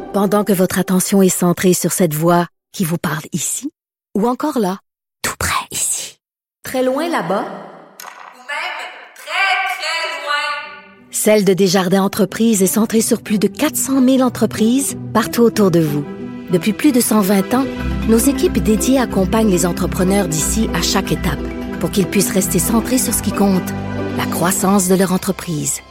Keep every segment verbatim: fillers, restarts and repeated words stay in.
Pendant que votre attention est centrée sur cette voix qui vous parle ici, ou encore là, tout près ici, très loin là-bas, ou même très, très loin. Celle de Desjardins Entreprises est centrée sur plus de quatre cent mille entreprises partout autour de vous. Depuis plus de cent vingt ans, nos équipes dédiées accompagnent les entrepreneurs d'ici à chaque étape pour qu'ils puissent rester centrés sur ce qui compte, la croissance de leur entreprise.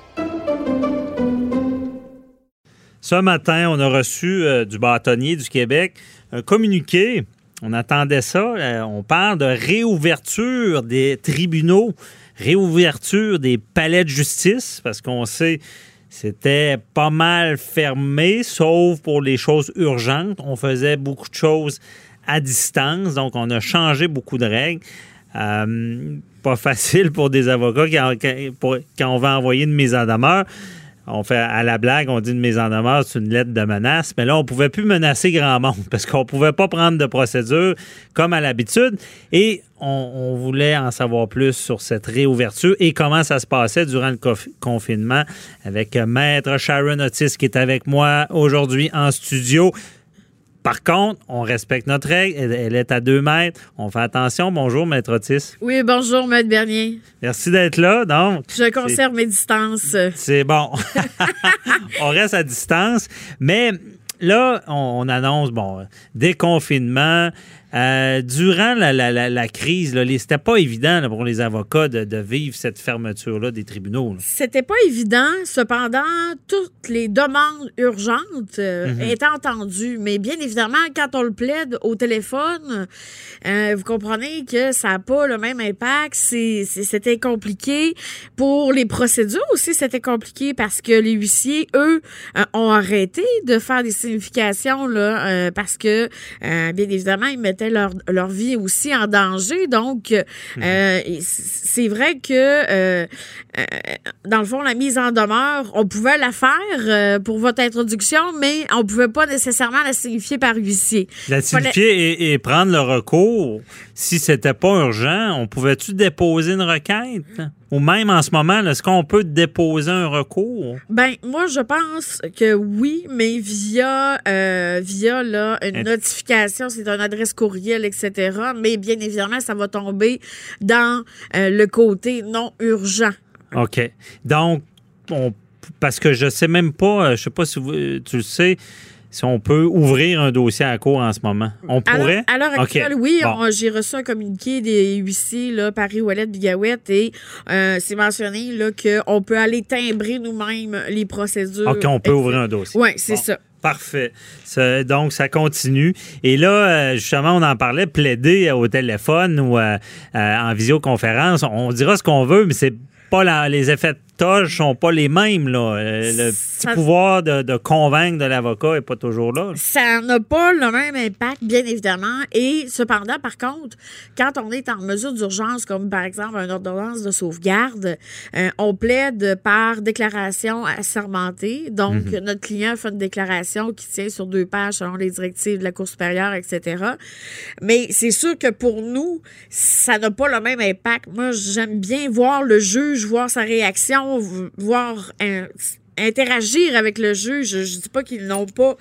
Ce matin, on a reçu euh, du bâtonnier du Québec un communiqué. On attendait ça. Euh, on parle de réouverture des tribunaux, réouverture des palais de justice, parce qu'on sait c'était pas mal fermé, sauf pour les choses urgentes. On faisait beaucoup de choses à distance, donc on a changé beaucoup de règles. Euh, pas facile pour des avocats quand, pour, quand on va envoyer une mise en demeure. On fait à la blague, on dit une mise en demeure, c'est une lettre de menace. Mais là, on ne pouvait plus menacer grand monde parce qu'on ne pouvait pas prendre de procédure comme à l'habitude. Et on, on voulait en savoir plus sur cette réouverture et comment ça se passait durant le conf- confinement avec Maître Sharon Otis qui est avec moi aujourd'hui en studio. Par contre, on respecte notre règle. Elle, elle est à deux mètres. On fait attention. Bonjour, Maître Otis. Oui, bonjour, Maître Bernier. Merci d'être là. Donc, je conserve mes distances. C'est bon. On reste à distance. Mais là, on, on annonce, bon, déconfinement. Euh, durant la, la, la, la crise, là, les, c'était pas évident là, pour les avocats de, de vivre cette fermeture-là des tribunaux. Là. C'était pas évident. Cependant, toutes les demandes urgentes euh, mm-hmm. étaient entendues. Mais bien évidemment, quand on le plaide au téléphone, euh, vous comprenez que ça n'a pas le même impact. C'est, c'est, c'était compliqué. Pour les procédures aussi, c'était compliqué parce que les huissiers, eux, euh, ont arrêté de faire des significations là, euh, parce que, euh, bien évidemment, ils mettaient Leur, leur vie aussi en danger. Donc, euh, mmh. c'est vrai que, euh, euh, dans le fond, la mise en demeure, on pouvait la faire euh, pour votre introduction, mais on ne pouvait pas nécessairement la signifier par huissier. La signifier Fallait... et, et prendre le recours, si c'était pas urgent, on pouvait-tu déposer une requête? Ou même en ce moment, là, est-ce qu'on peut déposer un recours? Ben moi, je pense que oui, mais via euh, via là, une Et... notification, c'est une adresse courriel, et cetera. Mais bien évidemment, ça va tomber dans euh, le côté non urgent. OK. Donc, on, parce que je sais même pas, je sais pas si vous, tu le sais, si on peut ouvrir un dossier à la cour en ce moment. On pourrait? À l'heure actuelle, okay. oui. Bon. On, j'ai reçu un communiqué des huissiers, là, Paris, Ouellette, Bigouette, et euh, c'est mentionné là, qu'on peut aller timbrer nous-mêmes les procédures. OK, on peut ouvrir un dossier. Oui, c'est bon. ça. Parfait. Ça, donc, ça continue. Et là, justement, on en parlait, plaider au téléphone ou euh, euh, en visioconférence. On dira ce qu'on veut, mais c'est pas la, les effets de toge sont pas les mêmes. Là. Le ça, petit pouvoir de, de convaincre de l'avocat n'est pas toujours là. Ça n'a pas le même impact, bien évidemment. Et cependant, par contre, quand on est en mesure d'urgence, comme par exemple une ordonnance de sauvegarde, euh, on plaide par déclaration assermentée. Donc, mm-hmm. notre client fait une déclaration qui tient sur deux pages selon les directives de la Cour supérieure, et cetera. Mais c'est sûr que pour nous, ça n'a pas le même impact. Moi, j'aime bien voir le juge, voir sa réaction, voir un, interagir avec le juge. Je ne dis pas qu'ils n'ont pas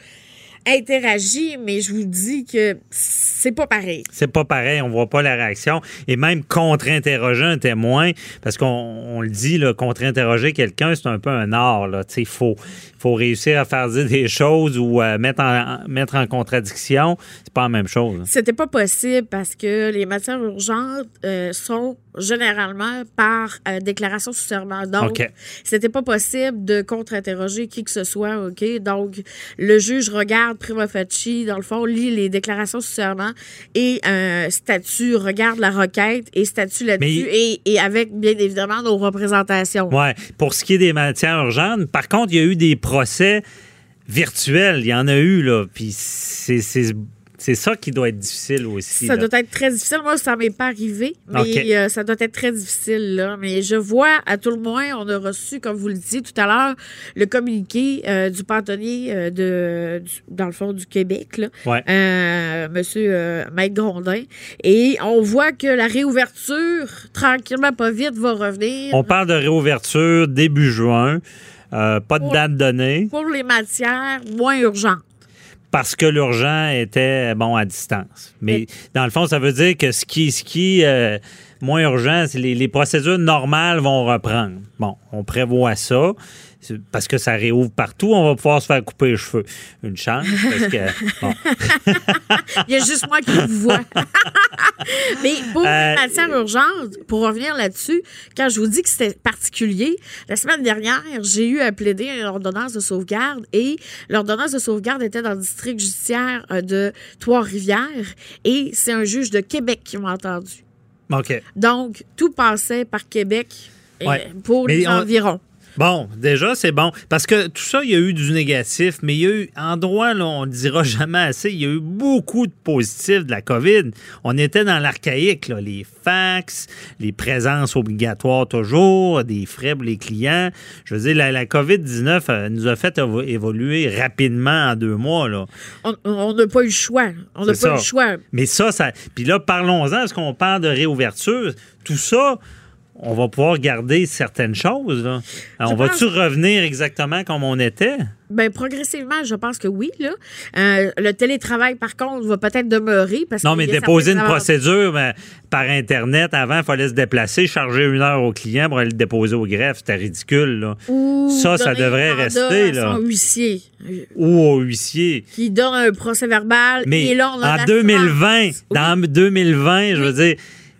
interagi, mais je vous dis que c'est pas pareil. C'est pas pareil, on voit pas la réaction. Et même contre-interroger un témoin, parce qu'on on le dit, là, contre-interroger quelqu'un, c'est un peu un art. Il faut, faut réussir à faire dire des choses ou euh, mettre, en, mettre en contradiction. C'est pas la même chose. Hein. C'était pas possible parce que les matières urgentes euh, sont généralement par euh, déclaration sous serment. Donc, okay. c'était pas possible de contre-interroger qui que ce soit. OK? Donc, le juge regarde prima facie, dans le fond, lit les déclarations sous serment et euh, statut, regarde la requête et statut là-dessus Mais... et, et avec, bien évidemment, nos représentations. Oui. Pour ce qui est des matières urgentes, par contre, il y a eu des procès virtuels. Il y en a eu, là. Puis c'est... c'est... C'est ça qui doit être difficile aussi. Ça là. doit être très difficile. Moi, ça ne m'est pas arrivé, mais okay. euh, ça doit être très difficile. Là. Mais je vois, à tout le moins, on a reçu, comme vous le disiez tout à l'heure, le communiqué euh, du pantonnier euh, de, du, dans le fond du Québec, là, ouais. euh, monsieur euh, Maître Grondin. Et on voit que la réouverture, tranquillement, pas vite, va revenir. On parle de réouverture début juin. Euh, pas de Pour- date donnée. Pour les matières moins urgentes. Parce que l'urgent était, bon, à distance. Mais dans le fond, ça veut dire que ce qui, ce qui euh, moins urgent, c'est les, les procédures normales vont reprendre. Bon, on prévoit ça. Parce que ça réouvre partout, on va pouvoir se faire couper les cheveux. Une chance, parce que... Bon. Il y a juste moi qui vous vois. Mais pour Euh, les matières urgentes, pour revenir là-dessus, quand je vous dis que c'était particulier, la semaine dernière, j'ai eu à plaider une ordonnance de sauvegarde et l'ordonnance de sauvegarde était dans le district judiciaire euh, de Trois-Rivières et c'est un juge de Québec qui m'a entendu. OK. Donc, tout passait par Québec euh, Ouais. pour Mais les on- environs. Bon, déjà, c'est bon. Parce que tout ça, il y a eu du négatif, mais il y a eu, en droit, là, on ne le dira jamais assez, il y a eu beaucoup de positifs de la COVID. On était dans l'archaïque, là, les fax, les présences obligatoires toujours, des frais pour les clients. Je veux dire, la, la COVID dix-neuf euh, nous a fait évo- évoluer rapidement en deux mois, là. On on n'a pas eu le choix. On n'a C'est pas eu ça. le choix. Mais ça, ça. Puis là, parlons-en, est-ce qu'on parle de réouverture? Tout ça, on va pouvoir garder certaines choses, là. Alors, on pense- va-tu revenir exactement comme on était? Bien, progressivement, je pense que oui. Là. Euh, le télétravail, par contre, va peut-être demeurer. Parce Non, qu'il mais y a déposer une certains avantages. procédure ben, par Internet, avant, il fallait se déplacer, charger une heure au client pour aller le déposer au greffe. C'était ridicule, là. Ou Ça, ça donner devrait un mandat rester, à là. son huissier euh, Ou au huissier. qui donne un procès verbal. Mais et là, on a en l'assurance. deux mille vingt, Oui. dans deux mille vingt, je veux dire,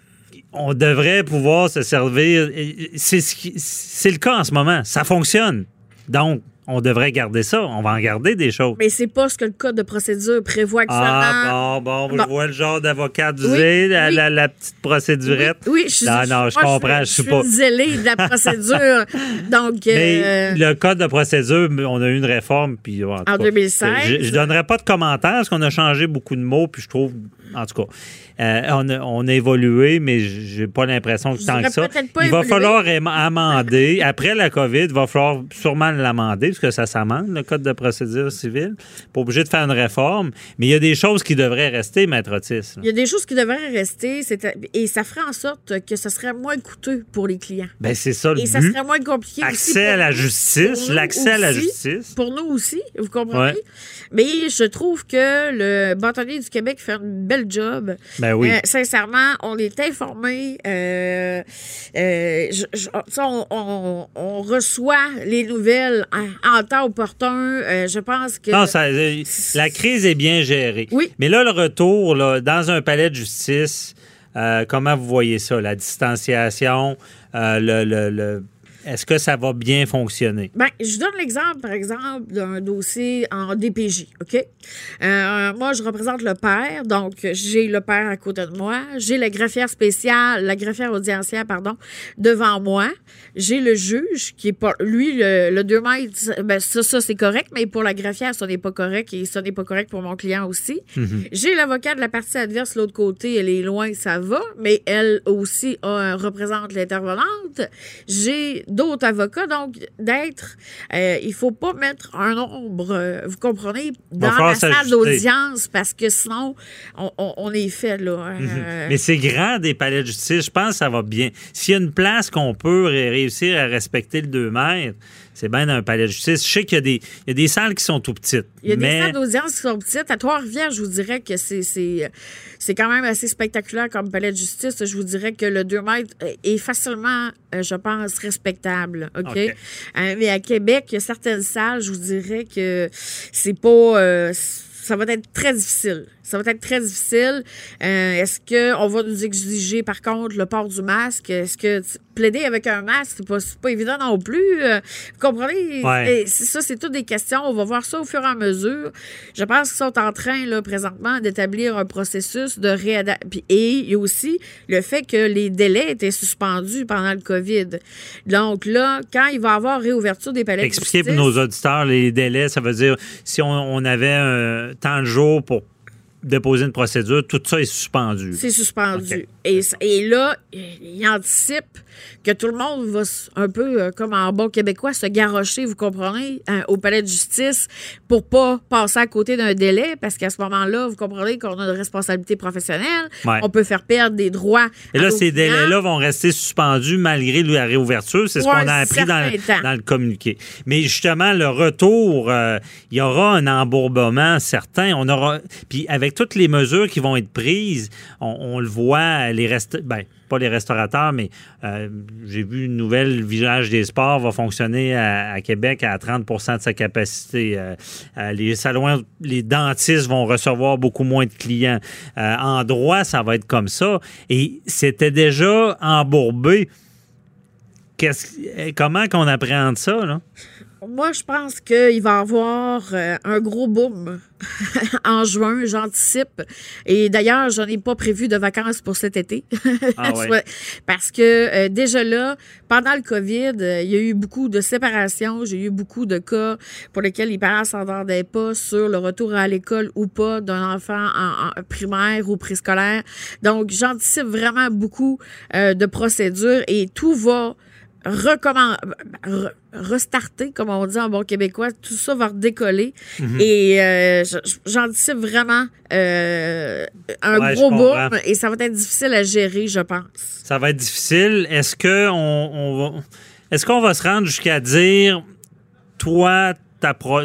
on devrait pouvoir se servir. C'est, ce qui- c'est le cas en ce moment. Ça fonctionne. Donc, on devrait garder ça. On va en garder des choses. Mais c'est pas ce que le code de procédure prévoit actuellement. Ah, bon, bon, Bon. je vois le genre d'avocat du Oui, zé, la, oui. la, la petite procédurette. Oui, oui, je suis Non, non, je moi, comprends, je Je suis suis pas- une zélée de la procédure. Donc, Mais euh, le code de procédure, on a eu une réforme. Puis, en tout En cas, deux mille seize. Je ne donnerai pas de commentaires parce qu'on a changé beaucoup de mots. Puis je trouve, en tout cas, euh, on, a, on a évolué, mais j'ai pas l'impression que Je tant dirais que ça. peut-être pas Il va évolué. falloir am- amender. Après la COVID, il va falloir sûrement l'amender parce que ça s'amende, le code de procédure civile. Pas obligé de faire une réforme. Mais il y a des choses qui devraient rester, Maître Otis. là. il y a des choses qui devraient rester c'est- et ça ferait en sorte que ce serait moins coûteux pour les clients. Ben, c'est ça le Et ça but. serait moins compliqué aussi Accès pour à la nous, justice, pour nous l'accès à la aussi, justice. Pour nous aussi, vous comprenez? Ouais. Mais je trouve que le bâtonnier du Québec fait un bel job. Ben oui. Euh, sincèrement, on est informé. Euh, euh, je- je- tu sais, on, on- on reçoit les nouvelles en, en temps opportun. Euh, je pense que... Non, ça, euh, la crise est bien gérée. Oui. Mais là, le retour, là, dans un palais de justice, euh, comment vous voyez ça? La distanciation, euh, le, le- le- est-ce que ça va bien fonctionner? Ben, je donne l'exemple, par exemple, d'un dossier en D P J, OK? Euh, moi, je représente le père, donc j'ai le père à côté de moi, j'ai la greffière spéciale, la greffière audiencière, pardon, devant moi, j'ai le juge qui est pas, lui, le, le deux mètres, ben ça, ça c'est correct, mais pour la greffière, ça n'est pas correct et ça n'est pas correct pour mon client aussi. J'ai l'avocat de la partie adverse, l'autre côté, elle est loin, ça va, mais elle aussi a, représente l'intervenante. J'ai d'autres avocats, donc d'être, euh, il faut pas mettre un nombre, euh, vous comprenez, dans falloir la salle s'ajuster. d'audience parce que sinon, on, on, on est fait, là. euh, Mais c'est grand des palais de justice. Je pense que ça va bien. S'il y a une place qu'on peut ré- réussir à respecter le deux mètres, c'est bien dans un palais de justice. Je sais qu'il y a des, il y a des salles qui sont tout petites. Il y a mais... des salles d'audience qui sont petites. À Trois-Rivières, je vous dirais que c'est, c'est, c'est quand même assez spectaculaire comme palais de justice. Je vous dirais que le deux mètres est facilement, euh, je pense, respectable. OK? OK. Euh, mais à Québec, il y a certaines salles, je vous dirais que c'est pas... euh, ça va être très difficile. Ça va être très difficile. Euh, est-ce qu'on va nous exiger, par contre, le port du masque? Est-ce que t- plaider avec un masque, c'est pas, c'est pas évident non plus? Euh, vous comprenez? Ouais. Et c'est ça, c'est toutes des questions. On va voir ça au fur et à mesure. Je pense qu'ils sont en train, là, présentement, d'établir un processus de réadaptation. Et il y a aussi le fait que les délais étaient suspendus pendant le COVID. Donc là, quand il va y avoir réouverture des palais de Expliquez pour justice, nos auditeurs les délais. Ça veut dire si on, on avait un temps de jour pour déposer une procédure, tout ça est suspendu. C'est suspendu. Okay. Et, et là, il anticipe que tout le monde va un peu, euh, comme en bon québécois, se garrocher, vous comprenez, hein, au palais de justice pour pas passer à côté d'un délai, parce qu'à ce moment-là, vous comprenez qu'on a une responsabilité professionnelle, ouais. on peut faire perdre des droits. Et là, ces délais-là vont rester suspendus malgré la réouverture. C'est ce ouais, qu'on a appris dans le, dans le communiqué. Mais justement, le retour, euh, il y aura un embourbement certain. On aura, puis avec toutes les mesures qui vont être prises, on, on le voit, les rest... ben, pas les restaurateurs, mais euh, j'ai vu une nouvelle, le Village des sports va fonctionner à, à Québec à trente pour cent de sa capacité. Euh, euh, les salons, les dentistes vont recevoir beaucoup moins de clients. Euh, en droit, ça va être comme ça. Et c'était déjà embourbé. Qu'est-ce, comment qu'on appréhende ça, là? Moi, je pense qu'il va y avoir euh, un gros boom en juin, j'anticipe. Et d'ailleurs, je n'ai pas prévu de vacances pour cet été. Ah ouais. Parce que euh, déjà là, pendant le COVID, euh, il y a eu beaucoup de séparations. J'ai eu beaucoup de cas pour lesquels les parents ne s'entendaient pas sur le retour à l'école ou pas d'un enfant en, en primaire ou préscolaire. Donc, j'anticipe vraiment beaucoup euh, de procédures et tout va recommen- re- restarter, comme on dit en bon québécois. Tout ça va redécoller. Mm-hmm. Et euh, j'anticipe vraiment euh, un ouais, gros boom et ça va être difficile à gérer, je pense. Ça va être difficile. Est-ce que on, on va, est-ce qu'on va se rendre jusqu'à dire, toi, ta, pro,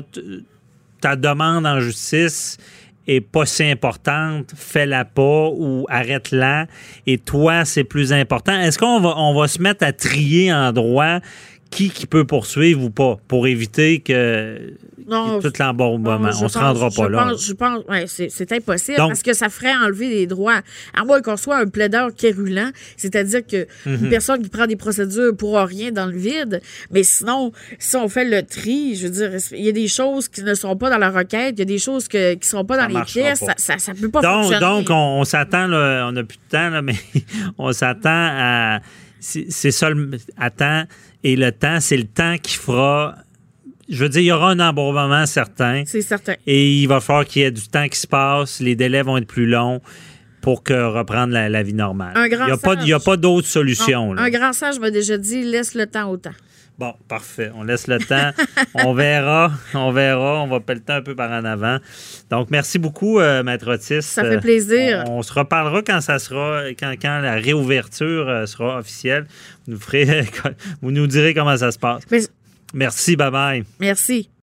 ta demande en justice est pas si importante, fais-la pas ou arrête-la, et toi, c'est plus important. Est-ce qu'on va, on va se mettre à trier en droit qui, qui peut poursuivre ou pas pour éviter que non, tout l'embourbement? On ne se rendra pas je là. Pense, je pense, ouais, c'est, c'est impossible. Donc, parce que ça ferait enlever des droits. À moins qu'on soit un plaideur quérulent, c'est-à-dire que mm-hmm. une personne qui prend des procédures pourra rien dans le vide. Mais sinon, si on fait le tri, je veux dire, il y a des choses qui ne sont pas dans la requête, il y a des choses que, qui ne sont pas dans ça les pièces. Ça ne peut pas donc, fonctionner. Donc, on, on s'attend, là, on n'a plus de temps, là, mais on s'attend à... C'est, c'est ça, le, attends, et le temps, c'est le temps qui fera... Je veux dire, il y aura un embourbement certain. C'est certain. Et il va falloir qu'il y ait du temps qui se passe, les délais vont être plus longs pour que reprendre la, la vie normale. Un grand il n'y a, sage, pas, il y a pas d'autre solution. Non, là. Un grand sage m'a déjà dit, laisse le temps au temps. Bon, parfait. On laisse le temps. On verra. On verra. On va pelleter le temps un peu par en avant. Donc, merci beaucoup, euh, Maître Otis. Ça fait plaisir. On, on se reparlera quand ça sera, quand, quand la réouverture euh, sera officielle. Vous nous ferez, vous nous direz comment ça se passe. Mais... Merci. Bye-bye. Merci.